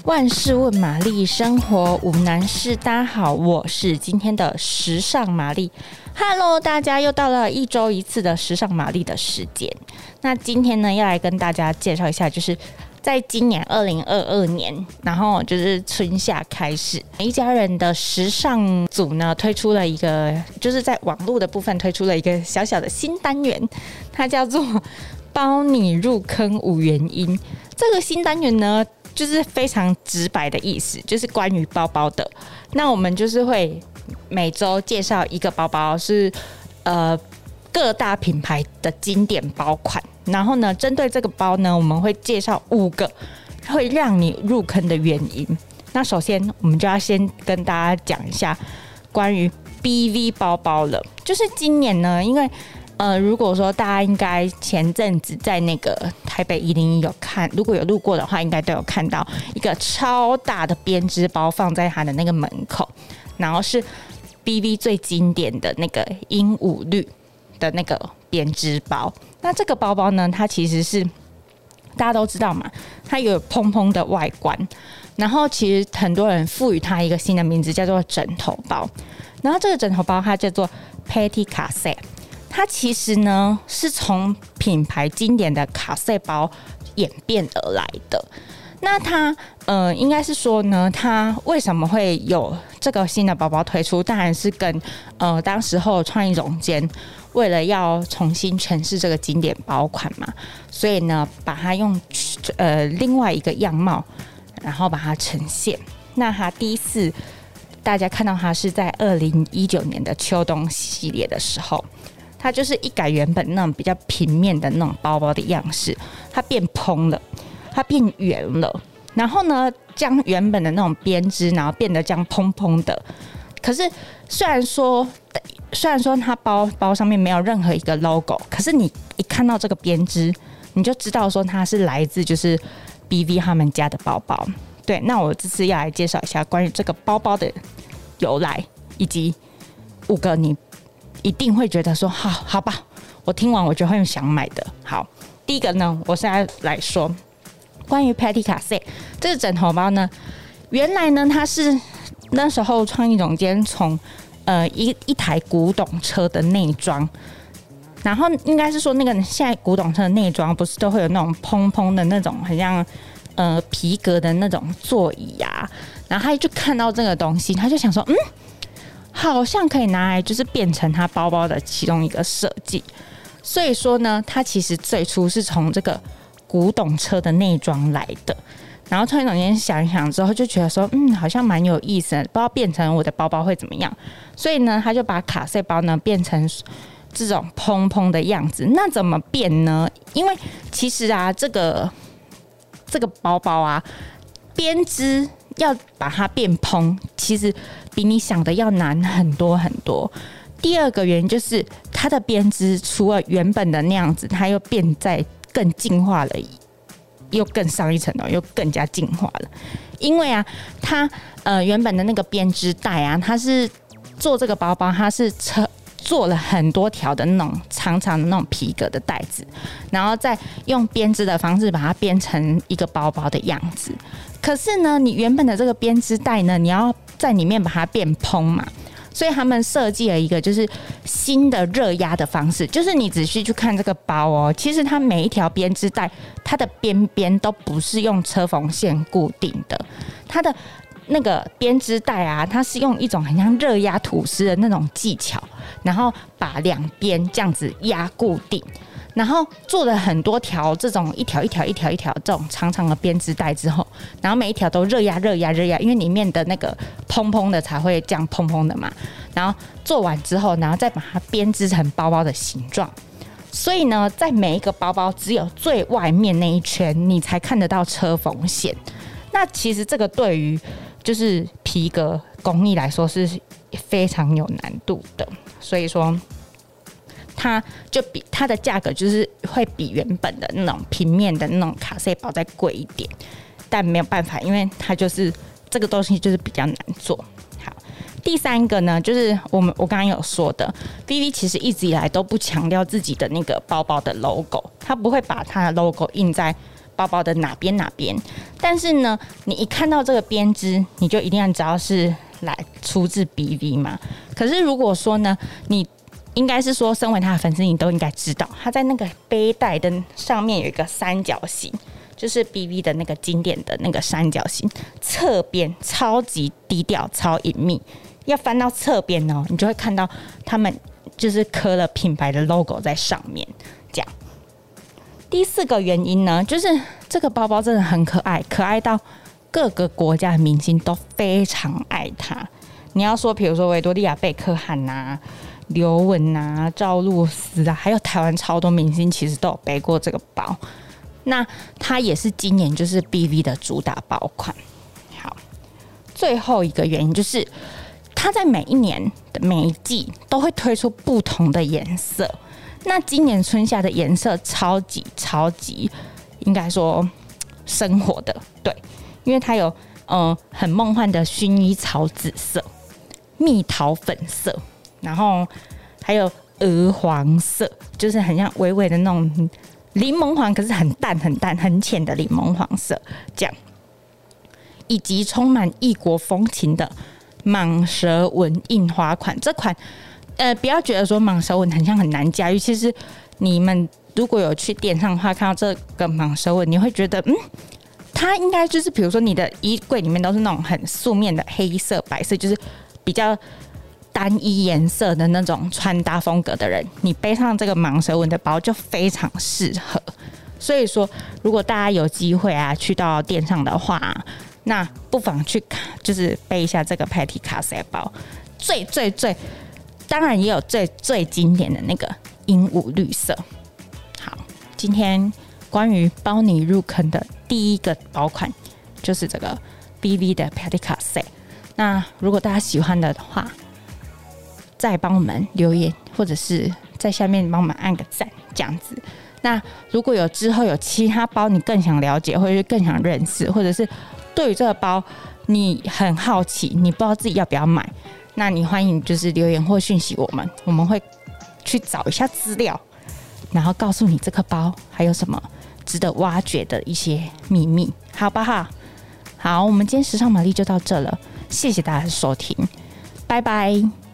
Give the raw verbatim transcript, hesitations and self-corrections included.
万事问玛丽，生活无难事。大家好，我是今天的时尚玛丽。Hello， 大家又到了一周一次的时尚玛丽的时间。那今天呢，要来跟大家介绍一下，就是在今年二零二二年，然后就是春夏开始，一家人的时尚组呢推出了一个，就是在网络的部分推出了一个小小的新单元，它叫做包你入坑五原因。这个新单元呢，就是非常直白的意思，就是关于包包的。那我们就是会每周介绍一个包包，是呃各大品牌的经典包款。然后呢，针对这个包呢，我们会介绍五个会让你入坑的原因。那首先，我们就要先跟大家讲一下关于 B V 包包了。就是今年呢，因为呃，如果说大家应该前阵子在那个台北一零一有看，如果有路过的话，应该都有看到一个超大的编织包放在它的那个门口，然后是 B V 最经典的那个鹦鹉绿的那个编织包。那这个包包呢，它其实是大家都知道嘛，它有蓬蓬的外观，然后其实很多人赋予它一个新的名字，叫做枕头包。然后这个枕头包它叫做 Petit Casse。它其实呢是从品牌经典的卡塞包演变而来的。那它呃应该是说呢，它为什么会有这个新的包包推出？当然是跟呃当时候创意总监为了要重新诠释这个经典包款嘛，所以呢把它用呃另外一个样貌，然后把它呈现。那它第一次大家看到它是在二零一九年的秋冬系列的时候。它就是一改原本那种比较平面的那种包包的样式，它变蓬了，它变圆了，然后呢，将原本的那种编织，然后变得这样蓬蓬的。可是虽然说，虽然说它包包上面没有任何一个 logo， 可是你一看到这个编织，你就知道说它是来自就是 B V 他们家的包包。对，那我这次要来介绍一下关于这个包包的由来，以及五个你一定会觉得说好好吧，我听完我就会想买的。好，第一个呢，我现在来说关于 Petit Casse 这个枕头包呢，原来呢它是那时候创意总监从呃一一台古董车的内装，然后应该是说那个现在古董车的内装不是都会有那种蓬蓬的那种很像呃皮革的那种座椅啊，然后他就看到这个东西，他就想说嗯。好像可以拿来就是变成它包包的其中一个设计，所以说呢，它其实最初是从这个古董车的内装来的。然后创意总监想一想之后，就觉得说，嗯，好像蛮有意思的，不知道变成我的包包会怎么样。所以呢，他就把卡塞包呢变成这种蓬蓬的样子。那怎么变呢？因为其实啊，这个这个包包啊，编织要把它变蓬，其实比你想的要难很多很多。第二个原因就是它的编织除了原本的那样子，它又变在更进化了，又更上一层楼，又更加进化了。因为啊，它呃原本的那个编织带啊，它是做这个包包，它是车。做了很多条的那种长长的那种皮革的带子，然后再用编织的方式把它编成一个包包的样子。可是呢，你原本的这个编织带呢，你要在里面把它变蓬嘛，所以他们设计了一个就是新的热压的方式，就是你仔细去看这个包哦，其实它每一条编织带，它的边边都不是用车缝线固定的，它的那个编织带啊，它是用一种很像热压吐司的那种技巧，然后把两边这样子压固定，然后做了很多条这种一条一条一条一条这种长长的编织带之后，然后每一条都热压热压热压，因为里面的那个蓬蓬的才会这样蓬蓬的嘛。然后做完之后，然后再把它编织成包包的形状。所以呢，在每一个包包只有最外面那一圈，你才看得到车缝线。那其实这个对于就是皮革工艺来说是非常有难度的，所以说它就比它的价格就是会比原本的那种平面的那种卡塞包再贵一点，但没有办法，因为它就是这个东西就是比较难做。好，第三个呢，就是我们我刚刚有说的 ，V V 其实一直以来都不强调自己的那个包包的 logo， 它不会把它的 logo 印在包包的哪边哪边，但是呢，你一看到这个编织，你就一定要知道是来出自 B V 嘛。可是如果说呢，你应该是说，身为他的粉丝，你都应该知道，他在那个背带的上面有一个三角形，就是 B V 的那个经典的那个三角形，侧边超级低调、超隐秘。要翻到侧边哦，你就会看到他们就是刻了品牌的 logo 在上面。这样，第四个原因呢，就是这个包包真的很可爱，可爱到各个国家的明星都非常爱它。你要说，比如说维多利亚贝克汉啊、刘雯啊、赵露思啊，还有台湾超多明星其实都有背过这个包。那它也是今年就是 B V 的主打包款。好，最后一个原因就是它在每一年的每一季都会推出不同的颜色。那今年春夏的颜色超级超级，应该说生活的，对，因为它有呃很梦幻的薰衣草紫色、蜜桃粉色，然后还有鹅黄色，就是很像微微的那种柠檬黄，可是很淡很淡很浅的柠檬黄色，这样，以及充满异国风情的蟒蛇纹印花款。这款呃，不要觉得说蟒蛇纹很像很难驾驭，其实你们如果有去店上的话，看到这个蟒蛇纹，你会觉得嗯，它应该就是比如说你的衣柜里面都是那种很素面的黑色、白色，就是比较单一颜色的那种穿搭风格的人，你背上这个蟒蛇纹的包就非常适合。所以说，如果大家有机会啊去到店上的话，那不妨去就是背一下这个 Petit Casse 包。最最最，当然也有最最经典的那个鹦鹉绿色。好，今天关于包你入坑的第一个包款就是这个 B V 的 Petit Casse。那如果大家喜欢的话，再帮我们留言，或者是在下面帮我们按个赞，这样子。那如果有之后有其他包你更想了解，或者是更想认识，或者是对于这个包你很好奇，你不知道自己要不要买，那你欢迎就是留言或讯息我们，我们会去找一下资料，然后告诉你这个包还有什么值得挖掘的一些秘密，好不好？好，我们今天时尚玛丽就到这了，谢谢大家的收听，拜拜。